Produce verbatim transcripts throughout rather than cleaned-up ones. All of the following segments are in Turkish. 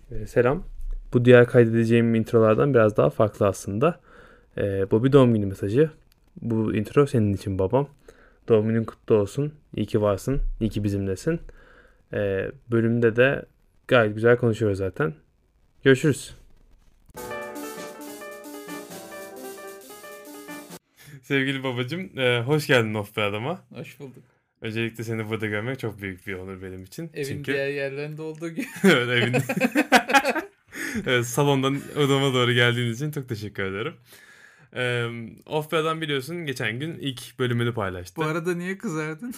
Ee, selam. Bu diğer kaydedeceğim introlardan biraz daha farklı aslında. Ee, bu bir doğum günü mesajı. Bu intro senin için babam. Doğum günün kutlu olsun. İyi ki varsın. İyi ki bizimlesin. Ee, bölümde de gayet güzel konuşuyoruz zaten. Görüşürüz. Sevgili babacığım, e, hoş geldin Of Be Adam'a. Hoş bulduk. Öncelikle seni burada görmek çok büyük bir onur benim için. Evin Çünkü diğer yerlerinde olduğu gibi. evet, evin evet, salondan odama doğru geldiğin için çok teşekkür ederim. Ee, Of Be Adam biliyorsun geçen gün ilk bölümünü paylaştı. Bu arada niye kızardın?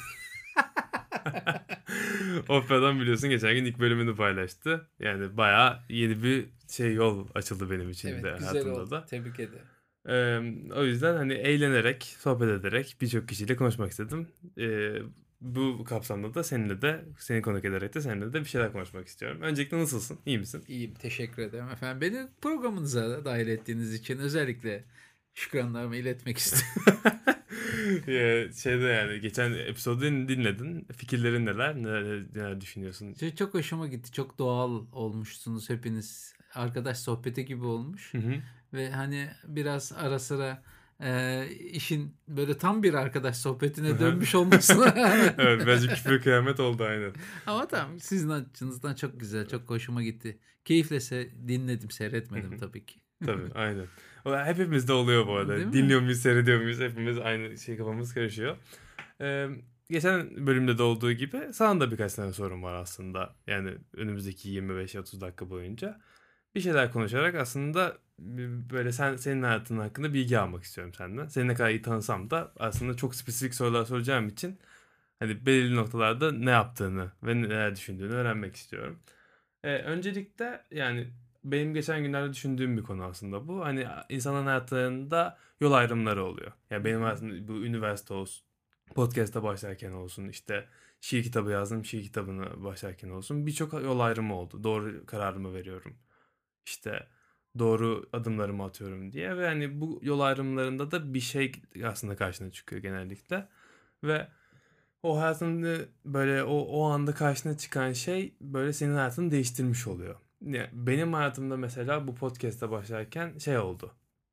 Of Be Adam biliyorsun geçen gün ilk bölümünü paylaştı. Yani bayağı yeni bir şey yol açıldı benim için Evet, de güzel hayatımda oldu. da. Tebrik ederim. Ee, o yüzden hani eğlenerek, sohbet ederek birçok kişiyle konuşmak istedim. Ee, bu kapsamda da seninle de, seni konuk ederek de seninle de bir şeyler konuşmak istiyorum. Öncelikle nasılsın? İyi misin? İyiyim, teşekkür ederim efendim. Beni programınıza da dahil ettiğiniz için özellikle şükranlarımı iletmek istiyorum. Ya, şeyde yani geçen episodu dinledin. Fikirlerin neler? Neler, neler düşünüyorsun? Şey, çok hoşuma gitti. Çok doğal olmuşsunuz hepiniz. Arkadaş sohbeti gibi olmuş. Hı hı. Ve hani biraz ara sıra e, işin böyle tam bir arkadaş sohbetine dönmüş olmasına. Evet, bence küfür kıyamet oldu aynen. Ama tamam, sizin açınızdan çok güzel, çok hoşuma gitti. Keyifle se- dinledim, seyretmedim tabii ki. Tabii aynen. O hepimizde oluyor bu arada. Değil mi? Dinliyor muyuz, seyrediyor muyuz? Hepimiz aynı şey, kafamız karışıyor. Ee, geçen bölümde de olduğu gibi sana da birkaç tane sorum var aslında. Yani önümüzdeki yirmi beş otuz dakika boyunca bir şeyler konuşarak aslında böyle sen senin hayatın hakkında bilgi almak istiyorum senden. Seni ne kadar iyi tanısam da aslında çok spesifik sorular soracağım için hani belirli noktalarda ne yaptığını ve neler düşündüğünü öğrenmek istiyorum. Ee, öncelikle yani benim geçen günlerde düşündüğüm bir konu aslında bu. Hani insanın hayatlarında yol ayrımları oluyor. Yani benim hayatımda bu üniversite olsun, podcast'a başlarken olsun, işte şiir kitabı yazdım, şiir kitabını başlarken olsun birçok yol ayrımı oldu. Doğru kararımı veriyorum. İşte doğru adımlarımı atıyorum diye ve hani bu yol ayrımlarında da bir şey aslında karşına çıkıyor genellikle. Ve o hayatında böyle o, o anda karşına çıkan şey böyle senin hayatını değiştirmiş oluyor. Ya benim hayatımda mesela bu podcast'a başlarken şey oldu.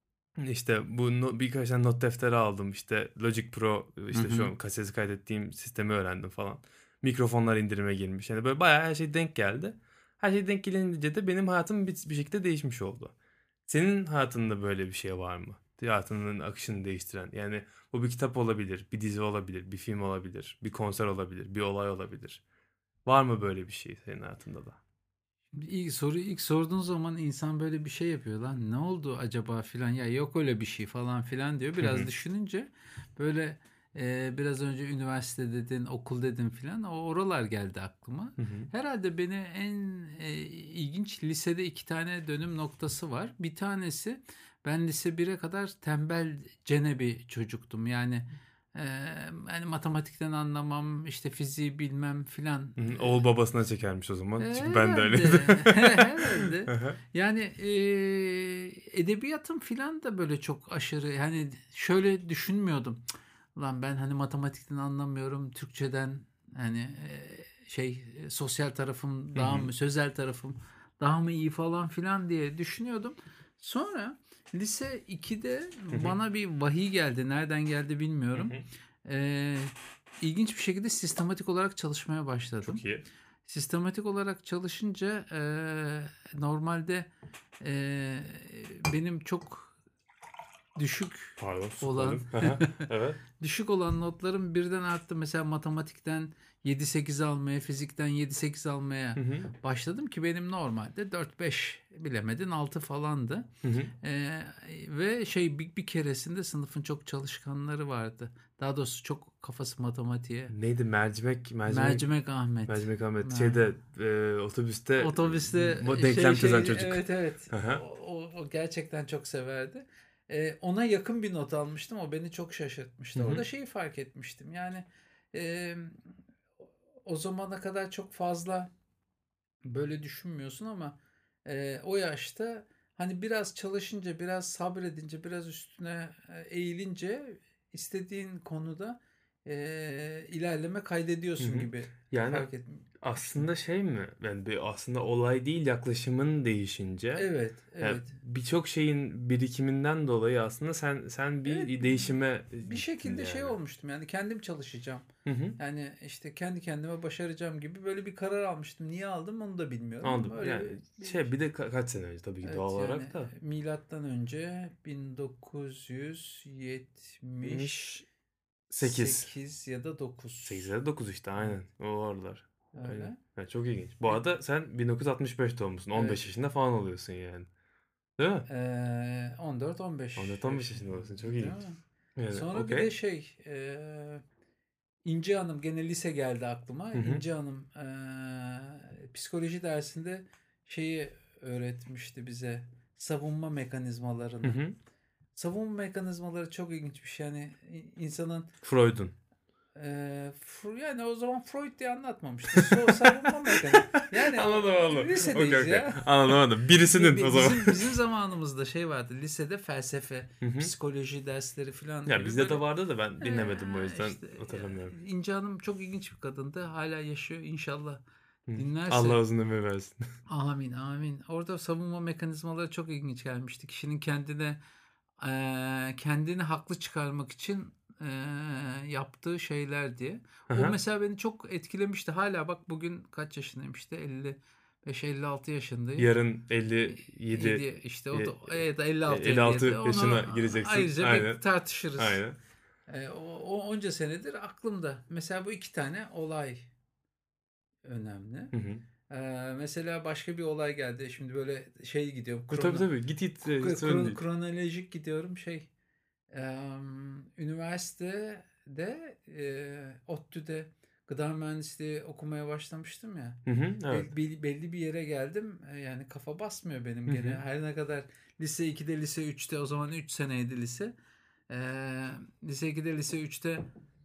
İşte bu no, birkaç tane not defteri aldım. İşte Logic Pro, işte şu an kaseti kaydettiğim sistemi öğrendim falan. Mikrofonlar indirime girmiş. Yani böyle bayağı her şey denk geldi. Her şey denk gelince de benim hayatım bir, bir şekilde değişmiş oldu. Senin hayatında böyle bir şey var mı? Hayatının akışını değiştiren. Yani bu bir kitap olabilir, bir dizi olabilir, bir film olabilir, bir konser olabilir, bir olay olabilir. Var mı böyle bir şey senin hayatında da? İlk soru ilk sorduğun zaman insan böyle bir şey yapıyor, lan ne oldu acaba filan, ya yok öyle bir şey falan filan diyor. Hı Biraz hı. düşününce böyle e, biraz önce üniversite dedin, okul dedin filan, o oralar geldi aklıma. Hı hı. Herhalde beni en e, ilginç, lisede iki tane dönüm noktası var. Bir tanesi, ben lise bire kadar tembelcene bir çocuktum. Yani e, hani matematikten anlamam, işte fiziği bilmem filan. Hı hı. Oğul babasına çekermiş o zaman. Çünkü ben de öyleydim. Herhalde. Herhalde. Hı hı. Yani eee, edebiyatım filan da böyle çok aşırı, yani şöyle düşünmüyordum. Cık, Ulan ben hani matematikten anlamıyorum, Türkçeden hani eee, şey e, sosyal tarafım Hı daha hı. mı, sözel tarafım daha mı iyi falan filan diye düşünüyordum. Sonra lise ikide Hı hı. bana bir vahiy geldi. Nereden geldi Hı bilmiyorum. hı. Eee ilginç bir şekilde sistematik olarak çalışmaya başladım. Çok iyi. Sistematik olarak çalışınca eee, normalde eee, benim çok düşük Pardon, olan sukladım. Hı hı. Evet. düşük olan notlarım birden arttı. Mesela matematikten yedi sekiz almaya, fizikten yedi sekiz almaya Hı hı. başladım ki benim normalde dört beş, bilemedin altı falandı. Hı hı. Ee, ve şey bir, bir keresinde sınıfın çok çalışkanları vardı. Daha doğrusu çok kafası matematiğe. Neydi? Mercimek, mercimek, Mercimek Ahmet. mercimek Ahmet. Mer Şeyde e, otobüste Otobüste e, şey denklem çözen şey çocuk. evet evet, Hı o, hı. o, o gerçekten çok severdi. Ee, ona yakın bir not almıştım. O beni çok Hı şaşırtmıştı. hı. Orada şeyi fark etmiştim. Yani e, o zamana kadar çok fazla böyle düşünmüyorsun ama e, o yaşta hani biraz çalışınca, biraz sabredince, biraz üstüne e, eğilince istediğin konuda eee, ilerleme Hı kaydediyorsun hı. gibi Yani fark etmiştim. aslında şey mi? Yani bir aslında olay değil yaklaşımın değişince Evet, yani evet. birçok şeyin birikiminden dolayı aslında sen sen Evet, bir bi- değişime bir gittin şekilde şey yani. olmuştum yani kendim çalışacağım. Hı hı. Yani işte kendi kendime başaracağım gibi böyle bir karar almıştım. Niye aldım onu da bilmiyorum ama Anladım. öyle bir, Yani şey bir bir de ka- kaç sene önce tabii ki doğal evet yani olarak da e, milattan önce bin dokuz yüz yetmiş yetmiş sekiz. sekiz ya da dokuz. sekiz ya da dokuz işte Evet, aynen. O oralar. Aynen. öyle. Yani çok ilginç. Bu Bir, arada sen bin dokuz yüz altmış beş doğumlusun. on beş evet. yaşında falan oluyorsun yani. Değil mi? Ee, on dört on beş on dört on beş yaş yaşında oluyorsun. Çok değil ilginç. mi? Yani Sonra bir de okey. şey e, İnce Hanım gene lise geldi aklıma. Hı hı. İnce Hanım e, psikoloji dersinde şeyi öğretmişti bize. Savunma Hı mekanizmalarını. hı. Savunma mekanizmaları çok ilginç bir şey. Yani insanın Freud'un. e, Fr- yani o zaman Freud diye anlatmamıştı. So, savunma mekanizması. Yani Anladım o, anladım. Okey lisedeyiz okey. ya. Anladım anladım. Bi- Birisinin o bi- zaman. Bizim bizim zamanımızda şey vardı. Lisede felsefe, Hı hı. psikoloji dersleri falan Ya gibi bizde de böyle vardı da ben e, dinlemedim o yüzden işte ya, hatırlamıyorum. İnce Hanım çok ilginç bir kadındı. Hala yaşıyor. İnşallah Hı. Allah dinlerse. uzun ömür versin. Amin amin. Orada savunma mekanizmaları çok ilginç gelmişti. Kişinin kendine e, kendini haklı çıkarmak için e, yaptığı şeyler diye. O Aha. mesela beni çok etkilemişti. Hala bak bugün kaç yaşındayım işte elli beş elli altı yaşındayım. Yarın elli yedi Yedi işte o da e, evet elli altı elli yedi elli altı yaşına onu gireceksin. ayrıca bir Aynen. tartışırız. Aynen. E, o, o onca senedir aklımda. Mesela bu iki tane olay önemli. Hı hı. E, mesela başka bir olay geldi. Şimdi böyle şey gidiyorum. E, tabii Krono, tabii git git e, hiç sorun kron- değil. kronolojik gidiyorum. Şey e, üniversitede e, ODTÜ'de gıda mühendisliği okumaya başlamıştım ya. Hı hı. Evet. Bel- bel- belli bir yere geldim. E, Yani kafa basmıyor benim Hı gene. hı. Her ne kadar lise ikide, lise üçte o zaman üç seneydi lise. E, lise ikide, lise üçte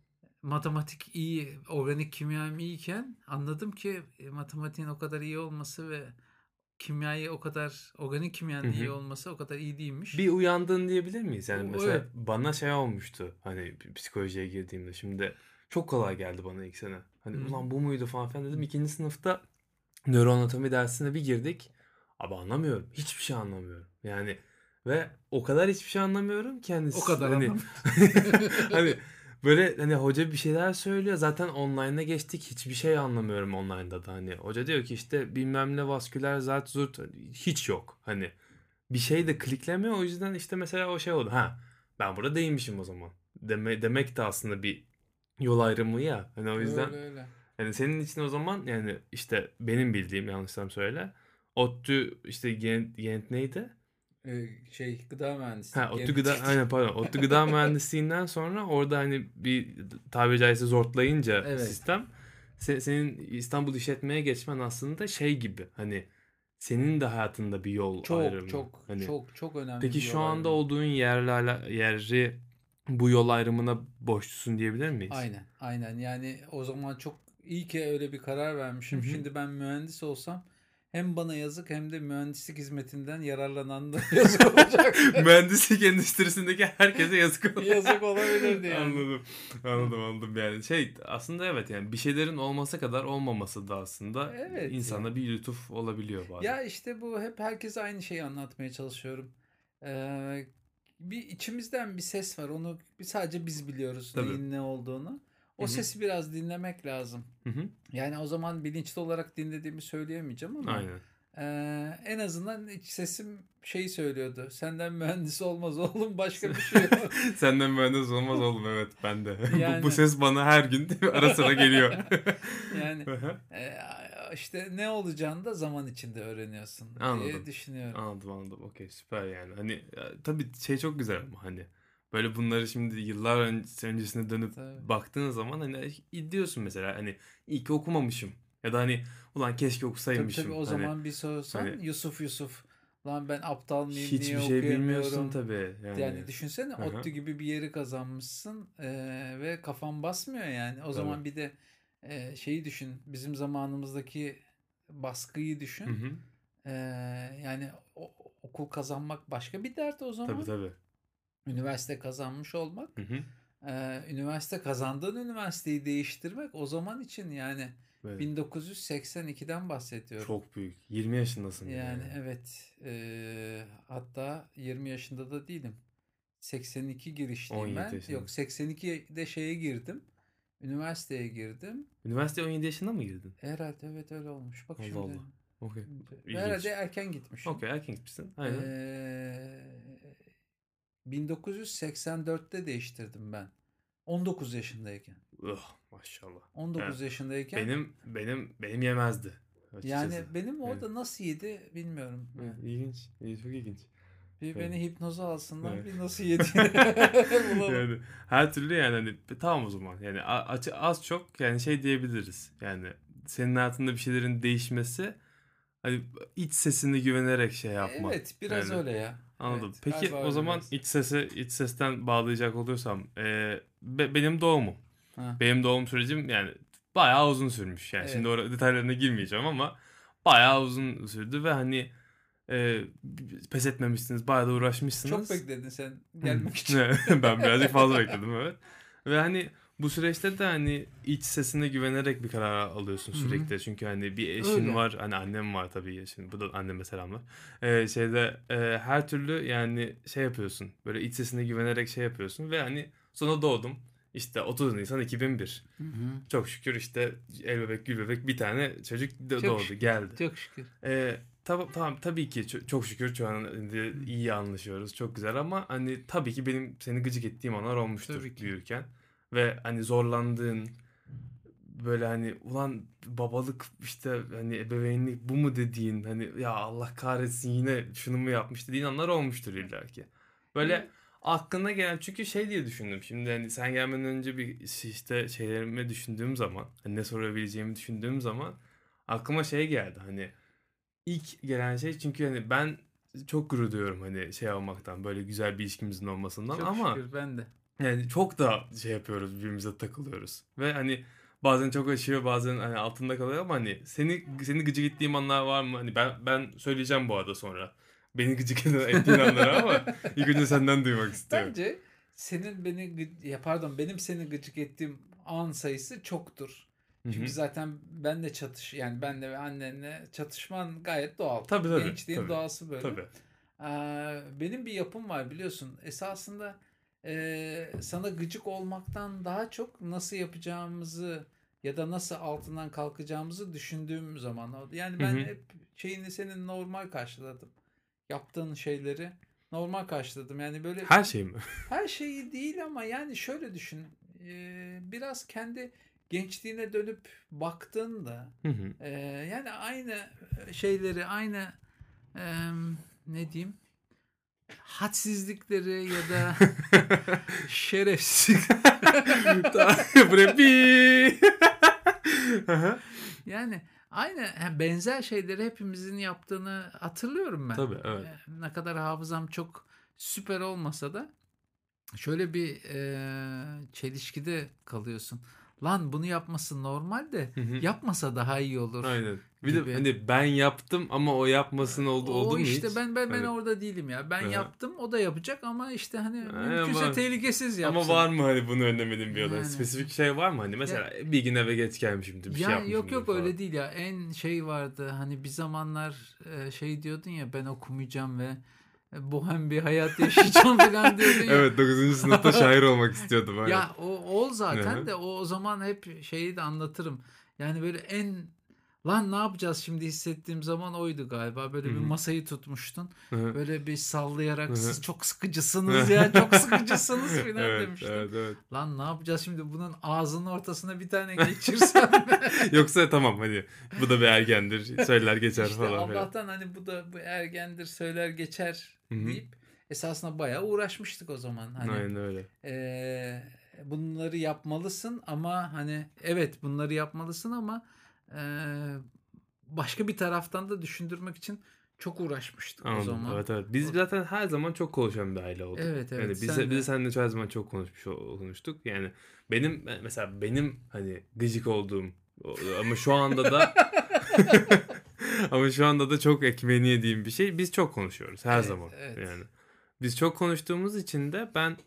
matematik iyi, organik kimyam iyiyken anladım ki e, matematiğin o kadar iyi olması ve kimyayı o kadar, organik Hı kimyanın iyi hı. olması o kadar iyi değilmiş. Bir uyandın diyebilir miyiz? Yani O, o mesela evet. bana şey olmuştu. Hani psikolojiye girdiğimde şimdi çok kolay geldi bana ilk sene. Hani Hı hı. ulan bu muydu falan filan Hı. dedim. İkinci sınıfta nöroanatomi dersine bir girdik. Abi anlamıyorum. Hiçbir şey anlamıyorum. Yani ve o kadar hiçbir şey anlamıyorum ki hani O s- kadar hani anlamıyorum. hani böyle hani hoca bir şeyler söylüyor. Zaten online'a geçtik. Hiçbir şey anlamıyorum online'da da hani. Hoca diyor ki işte bilmem ne vasküler zart zurt hiç yok. Hani bir şey de kliklemiyor. O yüzden işte mesela o şey oldu. Ha ben burada değilmişim o zaman. Deme, demek de aslında bir yol ayrımı ya. Hani o yüzden Öyle öyle. yani senin için o zaman yani işte benim bildiğim yanlışsam söyle. ODTÜ işte gen, gen neydi? Ee, şey gıda Ha mühendisliği, ODTÜ gıda genetik değil. aynen pardon. ODTÜ gıda mühendisliğinden sonra orada hani bir tabiri caizse zortlayınca Evet. sistem se- senin İstanbul işletmeye geçmen aslında şey gibi hani senin de hayatında bir yol Çok ayrımı. çok Hani çok çok önemli peki bir şu yol anda ayrımı. olduğun yerle ala- yeri bu yol ayrımına borçlusun diyebilir miyiz? Aynen, aynen. Yani o zaman çok iyi ki öyle bir karar Hı vermişim. hı. Şimdi ben mühendis olsam hem bana yazık hem de mühendislik hizmetinden yararlananlara yazık olacaktı. Mühendislik endüstrisindeki herkese yazık olur. Yazık olabilirdi yani. Anladım. Hı. Anladım anladım yani. Şey aslında evet yani bir şeylerin olması kadar olmaması da aslında Evet insana ya. bir lütuf olabiliyor bazen. Ya işte bu hep herkese aynı şeyi anlatmaya çalışıyorum. Ee, bir içimizden bir ses var. Onu bir sadece biz biliyoruz Tabii. neyin ne olduğunu. Hı O hı. sesi biraz dinlemek lazım. Hı hı. Yani o zaman bilinçli olarak dinlediğimi söyleyemeyeceğim ama Aynen. eee, en azından iç sesim şeyi söylüyordu. Senden mühendis olmaz oğlum başka bir şey yok. Senden mühendis olmaz oğlum evet ben de. Bu, bu Yani ses bana her gün ara sıra geliyor. yani Hı hı. eee, işte ne olacağını da zaman içinde öğreniyorsun diye Anladım. düşünüyorum. Anladım anladim. Okey süper yani. Hani ya, tabii şey çok güzel ama hani böyle bunları şimdi yıllar ön- öncesine dönüp Tabii. baktığın zaman hani diyorsun mesela hani iyi ki okumamışım. Ya da hani ulan keşke Tabii tabii okusaymışım. o Hani zaman bir sorsan hani Yusuf Yusuf lan ben aptal mıyım hiçbir niye şey bilmiyorsun okuyamıyorum? tabii yani. Yani düşünsene Hı hı. ODTÜ gibi bir yeri kazanmışsın eee, ve kafan basmıyor yani. O Tabii. zaman bir de eee, şeyi düşün. Bizim zamanımızdaki baskıyı Hı düşün. hı. Eee, yani o- okul kazanmak başka bir dert o Tabii zaman. tabii. Üniversite kazanmış olmak. Hı hı. Ee, üniversite kazandığın üniversiteyi değiştirmek o zaman için yani Evet. bin dokuz yüz seksen ikiden bahsediyorum. Çok büyük. yirmi yaşındasın Yani yani. evet. Ee, hatta yirmi yaşında da değilim. seksen iki on girişliyim yedi ben. yaşında. Yok, seksen ikide şeye girdim. Üniversiteye girdim. Üniversiteye on yedi yaşında mı girdin? Herhalde evet öyle olmuş. Bak Allah şimdi. Allah. Okey. Ve herhalde İlginç. erken gitmişim. Okey, erken gitmişsin. Aynen. Ee, bin dokuz yüz seksen dörtte değiştirdim ben. on dokuz yaşındayken. Oh, maşallah. on dokuz Yani yaşındayken. benim benim benim yemezdi açıkçası. Yani benim orada Evet. nasıl yedi bilmiyorum. Evet, Yani. ilginç. İyi, çok ilginç. Bir Evet. beni hipnoza alsınlar, Evet. bir nasıl yediğini bulalım. Yani her türlü yani hani tamam o zaman. Yani a- açı az çok yani şey diyebiliriz. Yani senin hayatında bir şeylerin değişmesi hani iç sesine güvenerek şey yapma. Evet, biraz Yani öyle ya. anladım. Evet, Peki galiba o öyle zaman biraz. iç sesi iç sesten bağlayacak olursam e, be- benim doğumum. Ha, Benim doğum sürecim yani bayağı uzun sürmüş. Yani şimdi evet. orada detaylarına girmeyeceğim ama bayağı uzun sürdü ve hani e, pes etmemişsiniz. Bayağı da Çok uğraşmışsınız. bekledin sen Hı. gelmek için. Ben birazcık fazla bekledim, evet. Ve hani bu süreçte de hani iç sesine güvenerek bir karar alıyorsun Hı hı. sürekli. Çünkü hani bir eşin Öyle. var. Hani annem var tabii. Şimdi bu da anneme selamlar. Ee, şeyde e, her türlü yani şey yapıyorsun. Böyle iç sesine güvenerek şey yapıyorsun. Ve hani sonra doğdum. İşte otuz Nisan iki bin bir. Hı hı. Çok şükür işte el bebek gül bebek bir tane çocuk do- Çok doğdu şükür. geldi. Çok şükür. Ee, tamam tamam tabii ki ço- çok şükür şu an de iyi anlaşıyoruz. Çok güzel ama hani tabii ki benim seni gıcık ettiğim anlar olmuştur Tabii ki. büyürken. Ve hani zorlandığın böyle hani ulan babalık işte hani ebeveynlik bu mu dediğin hani ya Allah kahretsin yine şunu mu yapmış dediğin anlar olmuştur illa ki. Böyle Bir aklına gelen çünkü şey diye düşündüm şimdi hani sen gelmeden önce bir işte şeylerimi düşündüğüm zaman hani ne sorabileceğimi düşündüğüm zaman aklıma şey geldi hani ilk gelen şey çünkü hani ben çok gurur duyuyorum hani şey olmaktan böyle güzel bir ilişkimizin olmasından çok ama şükür ben de. yani çok da şey yapıyoruz birbirimize takılıyoruz ve hani bazen çok aşıyor bazen hani altında kalıyor ama hani seni seni gıcık ettiğim anlar var mı? Hani ben ben söyleyeceğim bu arada sonra. Beni gıcık ettiğin anları ama ilk önce senden duymak istiyorum. Bence senin beni gı- ya pardon benim seni gıcık ettiğim an sayısı çoktur. Hı hı. Çünkü zaten benle çatış yani benle ve annenle çatışman gayet doğal. Tabii tabii Gençliğin tabii. doğası böyle. Tabii. Ee, benim bir yapım var biliyorsun. Esasında e, sana gıcık olmaktan daha çok nasıl yapacağımızı ya da nasıl altından kalkacağımızı düşündüğüm zaman oldu. Yani Hı ben hı. hep şeyini senin normal karşıladım. Yaptığın şeyleri normal karşıladım. Yani böyle Her şey mi? her şeyi değil ama yani şöyle düşün. Ee, biraz kendi gençliğine dönüp baktığında Hı hı. e, yani aynı şeyleri aynı e, ne diyeyim hadsizlikleri ya da şerefsiz Buraya bir. yani aynı yani benzer şeyleri hepimizin yaptığını hatırlıyorum ben. Tabii, evet. Ee, Ne kadar hafızam çok süper olmasa da şöyle bir e, çelişkide kalıyorsun. Lan bunu yapması normal de Hı hı. yapmasa daha iyi olur. Aynen. Bir de Gibi. hani ben yaptım ama o yapmasın oldu oldu O mu işte hiç? ben ben ben Hani, orada değilim ya. Ben Aha. yaptım, o da yapacak ama işte hani Ay, mümkünse ama- tehlikesiz yapsın. ama var mı hani bunu önlemediğin bir adam? Yani. Spesifik şey var mı hani? Mesela bir gün eve geç gelmişimdir bir şey Ya yapmışımdır yok yok falan. öyle değil ya. En şey vardı hani bir zamanlar e, şey diyordun ya ben okumayacağım ve e, bohem bir hayat yaşayacağım falan diyordun ya. Evet, dokuzuncu sınıfta şair olmak istiyordum. Evet. Ya o ol zaten Hı hı. de o, o zaman hep şeyi de anlatırım. Yani böyle en lan ne yapacağız şimdi hissettiğim zaman oydu galiba. Böyle Hı bir hı. masayı tutmuştun. Hı hı. Böyle bir sallayarak Hı hı. siz çok sıkıcısınız ya çok sıkıcısınız falan Evet, demiştin. evet, evet. Lan ne yapacağız şimdi bunun ağzının ortasına bir tane geçirsem. Yoksa tamam hani bu da bir ergendir söyler geçer İşte falan filan. Allah'tan hani bu da bu ergendir söyler geçer Hı hı. deyip esasında bayağı uğraşmıştık o zaman. Hani Aynen öyle. eee, bunları yapmalısın ama hani evet bunları yapmalısın ama eee, başka bir taraftan da düşündürmek için çok uğraşmıştık o Anladım. zaman. Evet, evet. Biz O- zaten her zaman çok konuşan bir aile olduk. Evet evet Yani biz sen de, biz de de. seninle her zaman çok konuşmuş konuştuk. Yani benim mesela benim hani gıcık olduğum o- ama şu anda da ama şu anda da çok ekmeğini yediğim bir şey. Biz çok konuşuyoruz her Evet zaman. evet. Yani biz çok konuştuğumuz için de ben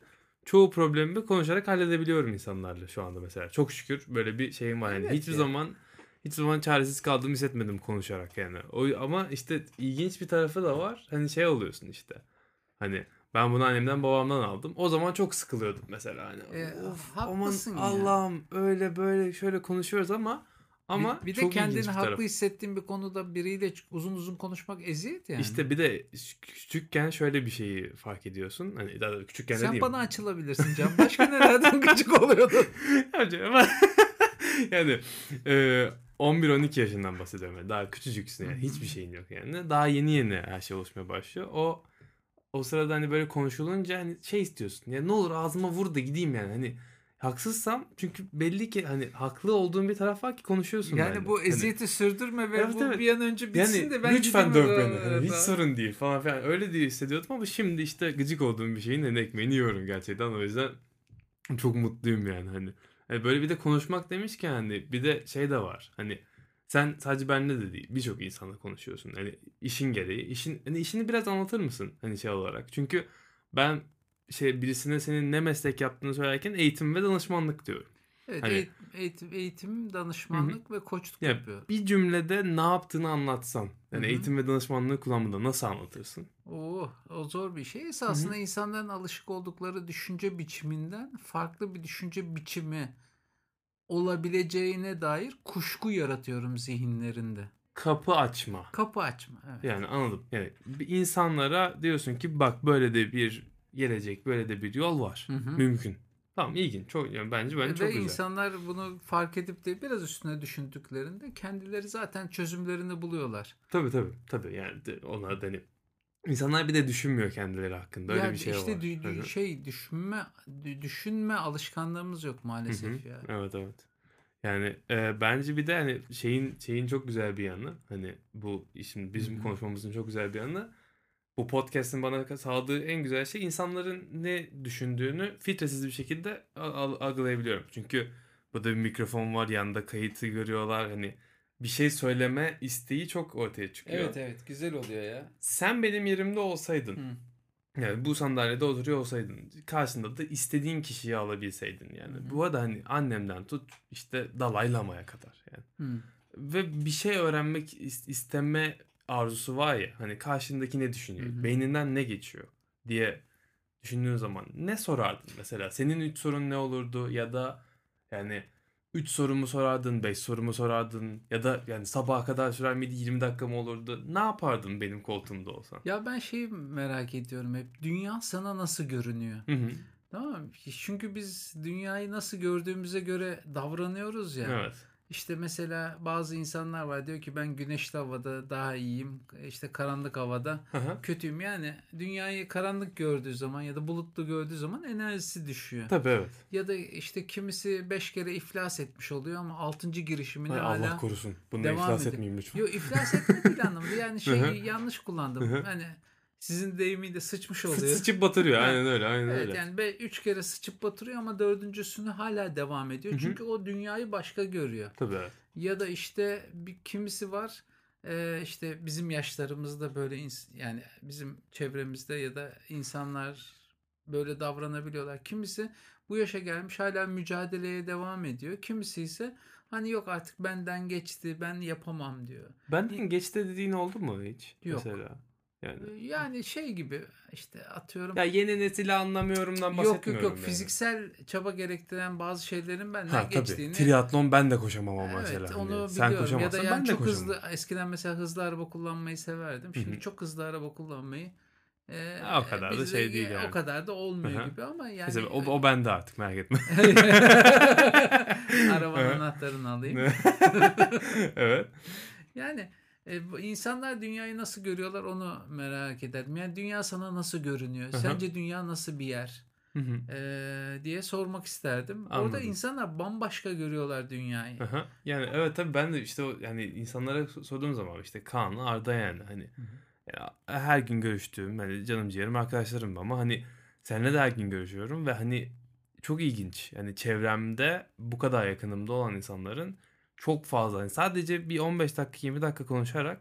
çoğu problemi konuşarak halledebiliyorum insanlarla şu anda mesela. Çok şükür böyle bir şeyim var. Yani Evet hiçbir ya. zaman hiçbir zaman çaresiz kaldığımı hissetmedim konuşarak yani. O, ama işte ilginç bir tarafı da var. Hani şey oluyorsun işte. Hani ben bunu annemden babamdan aldım. O zaman çok sıkılıyordum mesela. Hani E, of aman haklısın ya. Allah'ım öyle böyle şöyle konuşuyoruz ama Bir, ama bir de çok ilginç kendini bir haklı taraf. hissettiğin bir konuda biriyle ç- uzun uzun konuşmak eziyet yani. İşte bir de küçükken şöyle bir şeyi fark ediyorsun. Hani daha da küçükken Sen dediğim. bana açılabilirsin Can. Başka nelerden gıcık oluyordun? Acaba yani e, on bir on iki yaşından bahsediyorum. Yani. Daha küçücüksün yani. Hiçbir şeyin yok yani. Daha yeni yeni her şey oluşmaya başlıyor. O o sırada hani böyle konuşulunca hani şey istiyorsun. Ya ne olur ağzıma vur da gideyim yani. Hani haksızsam çünkü belli ki hani haklı olduğun bir taraf var ki konuşuyorsun Yani benimle. bu Hani eziyeti sürdürme ve evet bu evet. bir an önce bitsin Yani de ben lütfen gideyim. döv beni. Hani hiç Aa, sorun değil falan filan. Öyle diye hissediyordum ama şimdi işte gıcık olduğum bir şeyin en ekmeğini yiyorum gerçekten. O yüzden çok mutluyum yani hani. E, böyle bir de konuşmak demişken hani bir de şey de var. Hani sen sadece benimle de değil birçok insanla konuşuyorsun. Hani işin gereği. İşin, hani işini biraz anlatır mısın hani şey olarak? Çünkü ben şey birisine senin ne meslek yaptığını söylerken eğitim ve danışmanlık diyorum. Evet, Hani eğitim, eğitim, eğitim, hı hı. danışmanlık ve koçluk Ya yapıyorum. bir cümlede ne yaptığını anlatsan. Hı Yani hı. eğitim ve danışmanlığı kullanımında nasıl anlatırsın? Oo, o zor bir şey. Hı hı. Esasında insanların alışık oldukları düşünce biçiminden farklı bir düşünce biçimi olabileceğine dair kuşku yaratıyorum zihinlerinde. Kapı açma. Kapı açma, evet. Yani anladım. Yani bir insanlara diyorsun ki bak böyle de bir gelecek, böyle de bir yol var. Hı hı. Mümkün. Tamam ilginç. Çok yani bence bence çok Ve güzel. insanlar bunu fark edip de biraz üstüne düşündüklerinde kendileri zaten çözümlerini buluyorlar. Tabii tabii. Tabii yani de- ona da hani insanlar bir de düşünmüyor kendileri hakkında. Öyle Ya bir şey işte var. dü- Hı dü- hı. şey düşünme dü- düşünme alışkanlığımız yok Hı hı. maalesef ya. Evet evet. Yani e, bence bir de hani şeyin şeyin çok güzel bir yanı hani bu işin Hı bizim hı. konuşmamızın çok güzel bir yanı bu podcast'ın bana sağladığı en güzel şey insanların ne düşündüğünü filtresiz bir şekilde al- al- algılayabiliyorum. Çünkü burada bir mikrofon var, yanında kayıtı görüyorlar. Hani bir şey söyleme isteği çok ortaya çıkıyor. Evet evet güzel oluyor ya. Sen benim yerimde olsaydın, Hı. yani bu sandalyede oturuyor olsaydın, karşında da istediğin kişiyi alabilseydin Hı yani. hı. Bu arada hani annemden tut işte Dalai Lama'ya kadar yani. Hı. Ve bir şey öğrenmek is- isteme arzusu var ya hani karşındaki ne Hı düşünüyor, hı. beyninden ne geçiyor diye düşündüğün zaman ne sorardın mesela? Senin üç sorun ne olurdu ya da yani üç sorumu sorardın, beş sorumu sorardın ya da yani sabaha kadar sürer miydi, yirmi dakika mı olurdu? Ne yapardın benim koltuğumda olsan? Ya ben şeyi merak ediyorum hep. Dünya sana nasıl görünüyor? Hı hı. Tamam mı? Çünkü biz dünyayı nasıl gördüğümüze göre davranıyoruz ya. Evet. İşte mesela bazı insanlar var diyor ki ben güneşli havada daha iyiyim. İşte karanlık havada Hı hı. kötüyüm. Yani dünyayı karanlık gördüğü zaman ya da bulutlu gördüğü zaman enerjisi düşüyor. Tabii evet. Ya da işte kimisi beş kere iflas etmiş oluyor ama altıncı girişimini Ay Allah hala korusun. Bununla devam iflas ediyor. etmeyeyim lütfen. Yo iflas etme değil anlamında. Yani Hı hı. şey yanlış Hı kullandım. hı. Hani sizin deyimiyle sıçmış Sı- oluyor. Sıçıp batırıyor. Ha, Aynen öyle. Aynen evet öyle. yani be üç kere sıçıp batırıyor ama dördüncüsünü hala devam Hı ediyor. hı. Çünkü o dünyayı başka görüyor. Tabii evet. Ya da işte bir kimisi var e, işte bizim yaşlarımızda böyle ins- yani bizim çevremizde ya da insanlar böyle davranabiliyorlar. Kimisi bu yaşa gelmiş hala mücadeleye devam ediyor. Kimisi ise hani yok artık benden geçti ben yapamam diyor. Benden geçti dediğin oldu mu hiç Yok. mesela? Yani. Yani şey gibi işte atıyorum. Ya yeni nesili anlamıyorumdan Yok yok yok bahsetmiyorum yani. fiziksel çaba gerektiren bazı şeylerin benden Ha tabii. geçtiğini Triatlon ben de koşamam ama evet mesela hani. onu Sen biliyorum ya da koşamazsan yani ben de çok koşamam. hızlı eskiden mesela hızlı araba kullanmayı severdim. Hı hı. Şimdi çok hızlı araba kullanmayı e, Ha, o kadar da bizde şey değil o yani. kadar da Hı olmuyor hı. gibi ama Mesela yani o, o bende artık merak etme. arabanın Hı. anahtarını alayım. Evet. Yani e, bu insanlar dünyayı nasıl görüyorlar onu merak ederim. Yani dünya sana nasıl görünüyor? Hı hı. Sence dünya nasıl bir yer? Hı hı. Ee, diye sormak isterdim. Orada Anladım. insanlar bambaşka görüyorlar dünyayı. Aha. Yani evet tabii ben de işte o yani insanlara sorduğum zaman işte Kaan'la Arda yani hani Hı hı. ya her gün görüştüğüm hani canım ciğerim arkadaşlarım ama hani seninle de her gün görüşüyorum ve hani çok ilginç. Yani çevremde bu kadar yakınımda olan insanların çok fazla hani sadece bir on beş dakika yirmi dakika konuşarak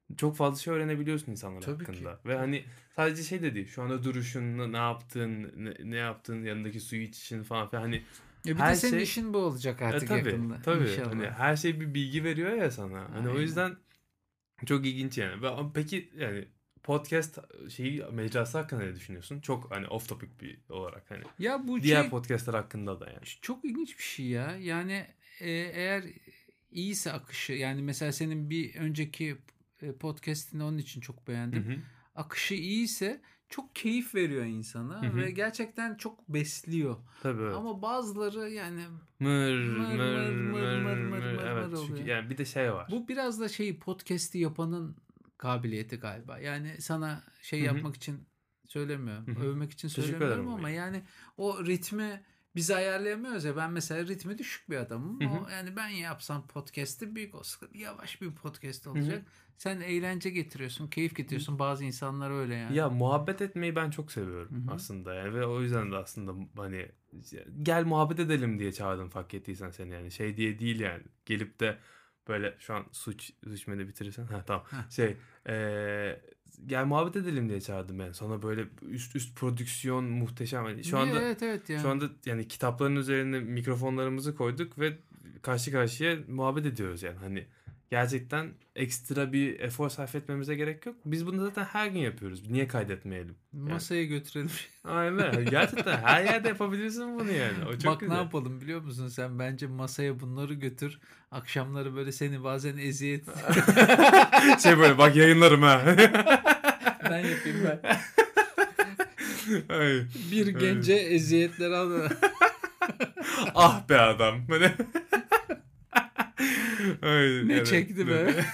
çok fazla şey öğrenebiliyorsun insanlar Tabii ki. hakkında. Ve hani sadece şey de değil. Şu anda duruşun, ne yaptın, ne, ne yaptın, yanındaki suyu içişin falan filan. Hani Ya bir her de senin şey işin bu olacak e, artık tabii yakında. tabii İnşallah. hani her şey bir bilgi veriyor ya sana. Hani o Aynen. yüzden çok ilginç yani. Ve ama peki yani podcast şeyi mecrası hakkında ne düşünüyorsun? Çok hani off topic bir olarak hani. Ya bu Diğer şey podcastlar hakkında da yani. çok ilginç bir şey ya. Yani e, eğer iyiyse akışı, yani mesela senin bir önceki e, podcast'ini onun için çok Hı beğendim. hı. Akışı iyiyse çok keyif veriyor Hı insana hı. ve gerçekten çok besliyor. Tabii evet. Ama bazıları yani Mır mır mır mır mır mır mır mır mır. mır Evet mır çünkü oluyor. yani bir de şey var. Bu biraz da şey, podcast'i yapanın kabiliyeti galiba. Yani sana şey Hı hı. yapmak için söylemiyorum, Hı hı. övmek için Teşekkür söylemiyorum ederim ama yani. yani o ritmi biz ayarlayamıyoruz ya. Ben mesela ritmi düşük bir adamım. Hı hı. O yani ben yapsam podcast'i büyük olsun, yavaş bir podcast Hı hı. olacak. Sen eğlence getiriyorsun, keyif getiriyorsun. Bazı insanlar öyle yani. Ya muhabbet etmeyi ben çok seviyorum Hı hı. aslında yani ve o yüzden de aslında hani gel muhabbet edelim diye çağırdım fark ettiysen seni yani şey diye değil yani gelip de böyle şu an suç su içmeni bitirirsen ha tamam Heh. şey eee, gel muhabbet edelim diye çağırdım yani sana böyle üst üst prodüksiyon muhteşem hani şu Ya, anda evet evet yani. şu anda yani kitapların üzerine mikrofonlarımızı koyduk ve karşı karşıya muhabbet ediyoruz yani hani gerçekten ekstra bir efor sarf etmemize gerek yok. Biz bunu zaten her gün yapıyoruz. Niye kaydetmeyelim? Yani Masaya götürelim. aynen öyle. Gerçekten her yerde yapabilirsin bunu yani. O çok Bak ne güzel. yapalım biliyor musun sen? Bence masaya bunları götür. Akşamları böyle seni bazen eziyet. Şey böyle bak yayınlarım ha. Ben yapayım ben. Ay, Bir ay. gence eziyetler al. Ah be adam. Böyle. Ay, Ne evet. çekti be?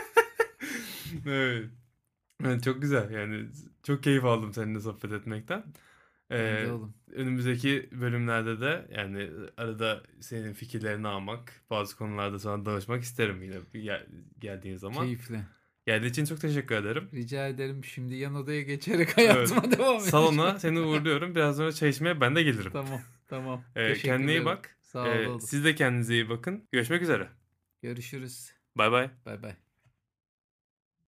Evet. Evet, çok güzel yani çok keyif aldım seninle sohbet etmekten. Ben de Ee, oğlum. önümüzdeki bölümlerde de yani arada senin fikirlerini almak, bazı konularda sana danışmak isterim yine bir gel- geldiğin zaman. Keyifli. Geldiğin için çok teşekkür ederim. Rica ederim. Şimdi yan odaya geçerek Evet. hayatıma devam edeceğim. Salona seni uğurluyorum. Biraz sonra çay içmeye ben de gelirim. Tamam. Tamam. Ee, Teşekkür kendine iyi ederim. bak. Sağ ol Ee, oğlum. siz de kendinize iyi bakın. Görüşmek üzere. Görüşürüz. Bay bay. Bay bay.